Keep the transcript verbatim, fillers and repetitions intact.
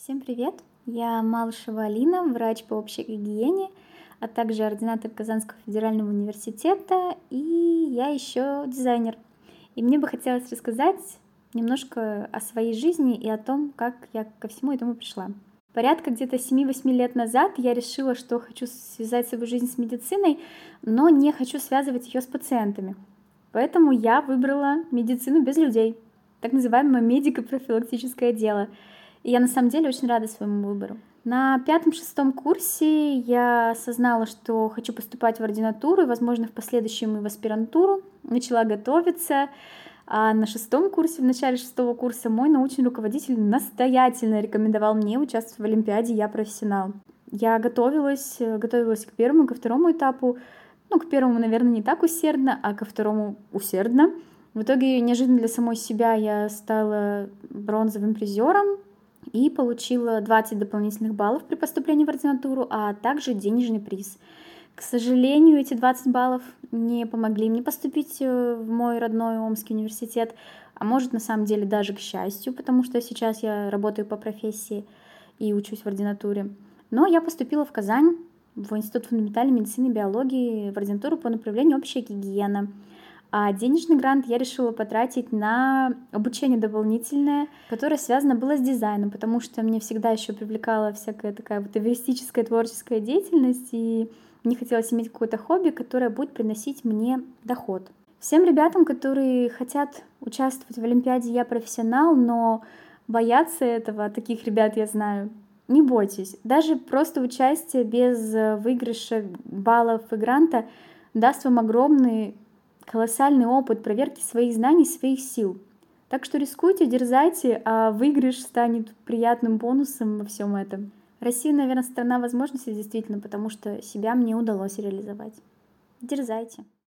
Всем привет! Я Малышева Алина, врач по общей гигиене, а также ординатор Казанского федерального университета, и я еще дизайнер. И мне бы хотелось рассказать немножко о своей жизни и о том, как я ко всему этому пришла. Порядка где-то семи-восьми лет назад я решила, что хочу связать свою жизнь с медициной, но не хочу связывать ее с пациентами. Поэтому я выбрала медицину без людей, так называемое медико-профилактическое дело. И я на самом деле очень рада своему выбору. На пятом-шестом курсе я осознала, что хочу поступать в ординатуру и, возможно, в последующем и в аспирантуру. Начала готовиться. А на шестом курсе, в начале шестого курса, мой научный руководитель настоятельно рекомендовал мне участвовать в Олимпиаде «Я профессионал». Я готовилась, готовилась к первому, ко второму этапу. Ну, к первому, наверное, не так усердно, а ко второму усердно. В итоге, неожиданно для самой себя, я стала бронзовым призером и получила двадцать дополнительных баллов при поступлении в ординатуру, а также денежный приз. К сожалению, эти двадцать баллов не помогли мне поступить в мой родной Омский университет, а может, на самом деле, даже к счастью, потому что сейчас я работаю по профессии и учусь в ординатуре. Но я поступила в Казань, в Институт фундаментальной медицины и биологии, в ординатуру по направлению общая гигиена. А денежный грант я решила потратить на обучение дополнительное, которое связано было с дизайном, потому что мне всегда еще привлекала всякая такая вот эвристическая творческая деятельность, и мне хотелось иметь какое-то хобби, которое будет приносить мне доход. Всем ребятам, которые хотят участвовать в Олимпиаде «Я профессионал», но боятся этого, таких ребят я знаю, не бойтесь. Даже просто участие без выигрыша баллов и гранта даст вам огромный колоссальный опыт проверки своих знаний, своих сил. Так что рискуйте, дерзайте, а выигрыш станет приятным бонусом во всем этом. Россия, наверное, страна возможностей действительно, потому что себя мне удалось реализовать. Дерзайте.